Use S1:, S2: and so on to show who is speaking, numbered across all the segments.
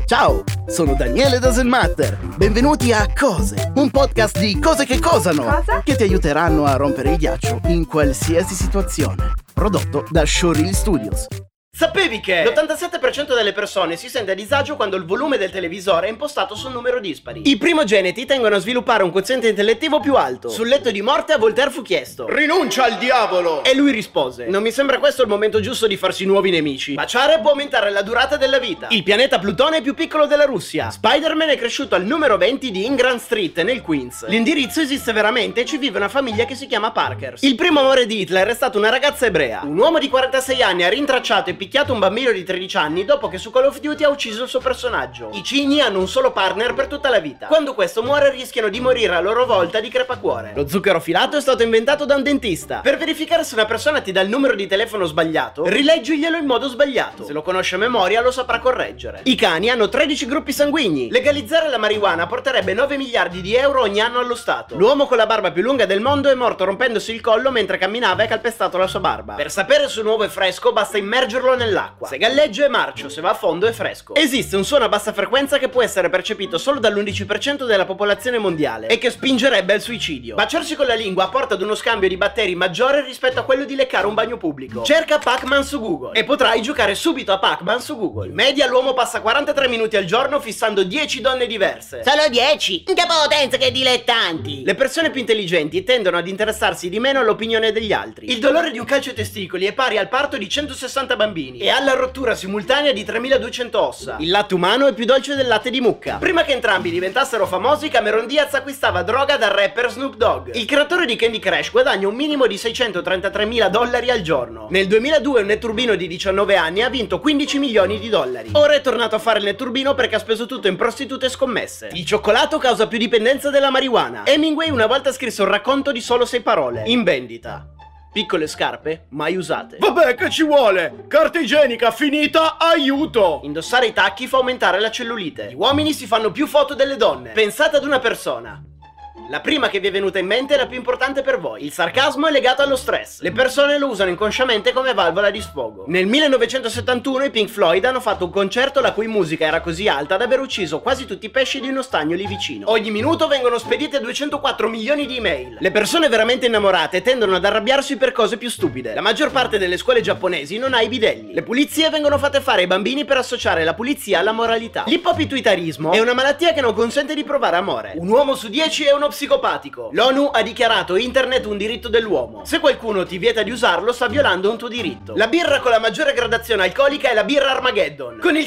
S1: Ciao, sono Daniele Doesn't Matter. Benvenuti a Cose, un podcast di cose che cosano.
S2: Cosa?
S1: Che ti aiuteranno a rompere il ghiaccio in qualsiasi situazione. Prodotto da Showreel Studios.
S3: Sapevi che l'87% delle persone si sente a disagio quando il volume del televisore è impostato sul numero dispari? I primogeniti tendono a sviluppare un quoziente intellettivo più alto. Sul letto di morte a Voltaire fu chiesto: rinuncia al diavolo! E lui rispose: non mi sembra questo il momento giusto di farsi nuovi nemici. Baciare può aumentare la durata della vita. Il pianeta Plutone è più piccolo della Russia. Spider-Man è cresciuto al numero 20 di Ingram Street nel Queens. L'indirizzo esiste veramente e ci vive una famiglia che si chiama Parkers. Il primo amore di Hitler è stata una ragazza ebrea. Un uomo di 46 anni ha rintracciato e picchiato un bambino di 13 anni dopo che su Call of Duty ha ucciso il suo personaggio. I cigni hanno un solo partner per tutta la vita. Quando questo muore rischiano di morire a loro volta di crepacuore. Lo zucchero filato è stato inventato da un dentista. Per verificare se una persona ti dà il numero di telefono sbagliato, rileggiglielo in modo sbagliato. Se lo conosce a memoria lo saprà correggere. I cani hanno 13 gruppi sanguigni. Legalizzare la marijuana porterebbe 9 miliardi di euro ogni anno allo Stato. L'uomo con la barba più lunga del mondo è morto rompendosi il collo mentre camminava e ha calpestato la sua barba. Per sapere se un uovo è fresco basta immergerlo nell'acqua. Se galleggia è marcio, se va a fondo è fresco. Esiste un suono a bassa frequenza che può essere percepito solo dall'11% della popolazione mondiale e che spingerebbe al suicidio. Baciarsi con la lingua porta ad uno scambio di batteri maggiore rispetto a quello di leccare un bagno pubblico. Cerca Pac-Man su Google e potrai giocare subito a Pac-Man su Google. In media l'uomo passa 43 minuti al giorno fissando 10 donne diverse.
S4: Solo 10? Che potenza, che dilettanti!
S3: Le persone più intelligenti tendono ad interessarsi di meno all'opinione degli altri. Il dolore di un calcio ai testicoli è pari al parto di 160 bambini e alla rottura simultanea di 3200 ossa. Il latte umano è più dolce del latte di mucca. Prima che entrambi diventassero famosi, Cameron Diaz acquistava droga dal rapper Snoop Dogg. Il creatore di Candy Crush guadagna un minimo di $633.000 al giorno. Nel 2002 un netturbino di 19 anni ha vinto 15 milioni di dollari. Ora è tornato a fare il netturbino perché ha speso tutto in prostitute e scommesse. Il cioccolato causa più dipendenza della marijuana. Hemingway una volta scrisse un racconto di solo 6 parole. In vendita. Piccole scarpe, mai usate. Vabbè, che ci vuole? Carta igienica finita, aiuto! Indossare i tacchi fa aumentare la cellulite. Gli uomini si fanno più foto delle donne. Pensate ad una persona. La prima che vi è venuta in mente è la più importante per voi. Il sarcasmo è legato allo stress. Le persone lo usano inconsciamente come valvola di sfogo. Nel 1971 i Pink Floyd hanno fatto un concerto la cui musica era così alta da aver ucciso quasi tutti i pesci di uno stagno lì vicino. Ogni minuto vengono spedite 204 milioni di email. Le persone veramente innamorate tendono ad arrabbiarsi per cose più stupide. La maggior parte delle scuole giapponesi non ha i bidelli. Le pulizie vengono fatte fare ai bambini per associare la pulizia alla moralità. L'ippopituitarismo è una malattia che non consente di provare amore. Un uomo su 10 è uno psicopatico. L'ONU ha dichiarato internet un diritto dell'uomo. Se qualcuno ti vieta di usarlo, sta violando un tuo diritto. La birra con la maggiore gradazione alcolica è la birra Armageddon, con il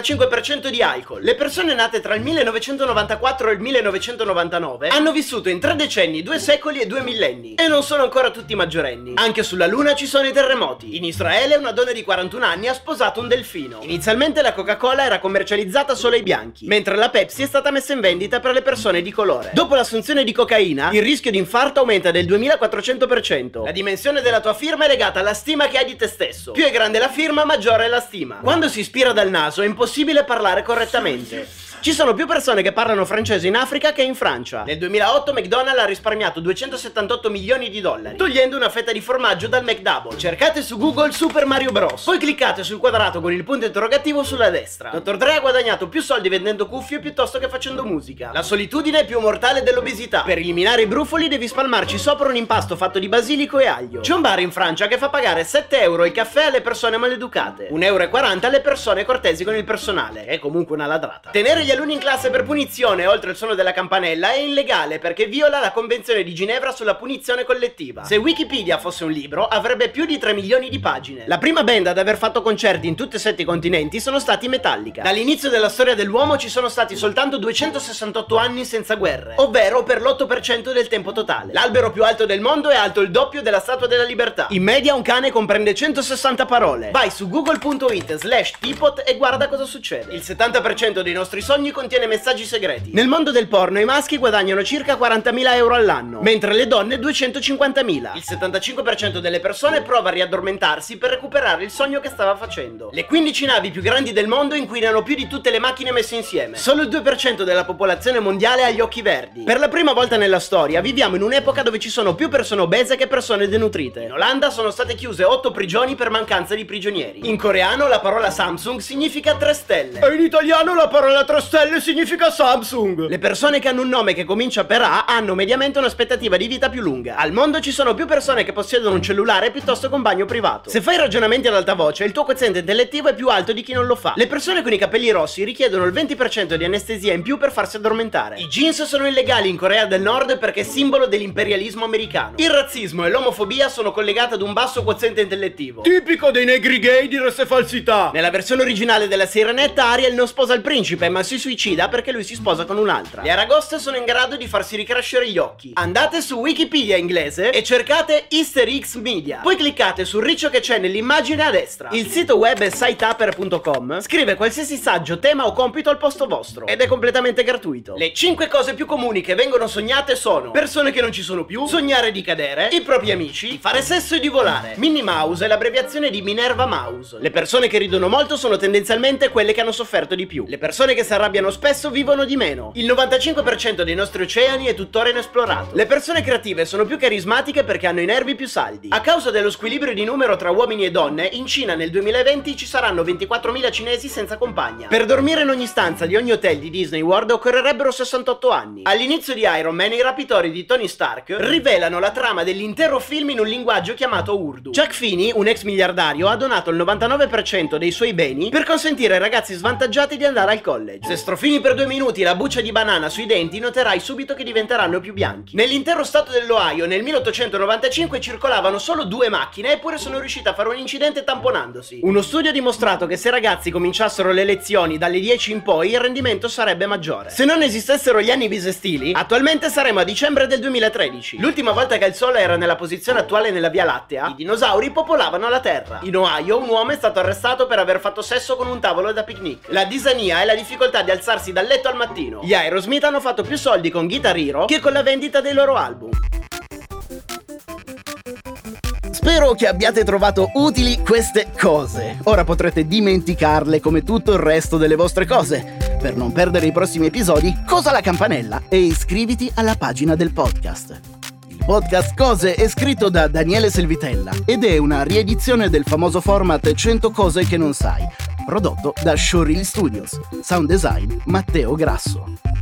S3: 65% di alcol. Le persone nate tra il 1994 e il 1999 hanno vissuto in 3 decenni, 2 secoli e 2 millenni. E non sono ancora tutti maggiorenni. Anche sulla Luna ci sono i terremoti. In Israele una donna di 41 anni ha sposato un delfino. Inizialmente la Coca-Cola era commercializzata solo ai bianchi, mentre la Pepsi è stata messa in vendita per le persone di colore. Dopo l'assunzione di cocaina, il rischio di infarto aumenta del 2400%. La dimensione della tua firma è legata alla stima che hai di te stesso. Più è grande la firma, maggiore è la stima. Quando si ispira dal naso è impossibile parlare correttamente. Ci sono più persone che parlano francese in Africa che in Francia. Nel 2008 McDonald's ha risparmiato 278 milioni di dollari, togliendo una fetta di formaggio dal McDouble. Cercate su Google Super Mario Bros. Poi cliccate sul quadrato con il punto interrogativo sulla destra. Dr. Dre ha guadagnato più soldi vendendo cuffie piuttosto che facendo musica. La solitudine è più mortale dell'obesità. Per eliminare i brufoli devi spalmarci sopra un impasto fatto di basilico e aglio. C'è un bar in Francia che fa pagare 7 euro il caffè alle persone maleducate, 1,40 euro alle persone cortesi con il personale. È comunque una ladrata. Tenere gli alunni in classe per punizione oltre il suono della campanella è illegale perché viola la Convenzione di Ginevra sulla punizione collettiva. Se Wikipedia fosse un libro avrebbe più di 3 milioni di pagine. La prima band ad aver fatto concerti in tutti e 7 i continenti sono stati Metallica. Dall'inizio della storia dell'uomo ci sono stati soltanto 268 anni senza guerre, ovvero per l'8% del tempo totale. L'albero più alto del mondo è alto il doppio della Statua della Libertà. In media un cane comprende 160 parole. Vai su google.it/teapot e guarda cosa succede. Il 70% dei nostri sogni ogni contiene messaggi segreti. Nel mondo del porno i maschi guadagnano circa 40.000 euro all'anno, mentre le donne 250.000. Il 75% delle persone prova a riaddormentarsi per recuperare il sogno che stava facendo. Le 15 navi più grandi del mondo inquinano più di tutte le macchine messe insieme. Solo il 2% della popolazione mondiale ha gli occhi verdi. Per la prima volta nella storia viviamo in un'epoca dove ci sono più persone obese che persone denutrite. In Olanda sono state chiuse 8 prigioni per mancanza di prigionieri. In coreano la parola Samsung significa 3 stelle. E in italiano la parola 3 stelle significa Samsung. Le persone che hanno un nome che comincia per A hanno mediamente un'aspettativa di vita più lunga. Al mondo ci sono più persone che possiedono un cellulare piuttosto che un bagno privato. Se fai ragionamenti ad alta voce, il tuo quoziente intellettivo è più alto di chi non lo fa. Le persone con i capelli rossi richiedono il 20% di anestesia in più per farsi addormentare. I jeans sono illegali in Corea del Nord perché è simbolo dell'imperialismo americano. Il razzismo e l'omofobia sono collegate ad un basso quoziente intellettivo. Tipico dei negri gay dire se falsità. Nella versione originale della Sirenetta, Ariel non sposa il principe ma si suicida perché lui si sposa con un'altra. Le aragoste sono in grado di farsi ricrescere gli occhi. Andate su Wikipedia inglese e cercate Easter Eggs Media. Poi cliccate sul riccio che c'è nell'immagine a destra. Il sito web è sitehupper.com. Scrive qualsiasi saggio, tema o compito al posto vostro ed è completamente gratuito. Le 5 cose più comuni che vengono sognate sono: persone che non ci sono più, sognare di cadere, i propri amici, di fare sesso e di volare. Minnie Mouse è l'abbreviazione di Minerva Mouse. Le persone che ridono molto sono tendenzialmente quelle che hanno sofferto di più. Le persone che si arrabbiano spesso vivono di meno. Il 95% dei nostri oceani è tuttora inesplorato. Le persone creative sono più carismatiche perché hanno i nervi più saldi. A causa dello squilibrio di numero tra uomini e donne, in Cina nel 2020 ci saranno 24.000 cinesi senza compagna. Per dormire in ogni stanza di ogni hotel di Disney World occorrerebbero 68 anni. All'inizio di Iron Man i rapitori di Tony Stark rivelano la trama dell'intero film in un linguaggio chiamato Urdu. Jack Finney, un ex miliardario, ha donato il 99% dei suoi beni per consentire ai ragazzi svantaggiati di andare al college. Se strofini per 2 minuti la buccia di banana sui denti, noterai subito che diventeranno più bianchi. Nell'intero stato dell'Ohio nel 1895 circolavano solo 2 macchine, eppure sono riusciti a fare un incidente tamponandosi. Uno studio ha dimostrato che se i ragazzi cominciassero le lezioni dalle 10 in poi il rendimento sarebbe maggiore. Se non esistessero gli anni bisestili, attualmente saremo a dicembre del 2013. L'ultima volta che il Sole era nella posizione attuale nella Via Lattea, i dinosauri popolavano la Terra. In Ohio un uomo è stato arrestato per aver fatto sesso con un tavolo da picnic. La disania è la difficoltà di alzarsi dal letto al mattino. Gli Aerosmith hanno fatto più soldi con Guitar Hero che con la vendita dei loro album.
S1: Spero che abbiate trovato utili queste cose. Ora potrete dimenticarle come tutto il resto delle vostre cose. Per non perdere i prossimi episodi, cosa la campanella e iscriviti alla pagina del podcast. Il podcast Cose è scritto da Daniele Selvitella ed è una riedizione del famoso format 100 cose che non sai, prodotto da Showreel Studios. Sound design Matteo Grasso.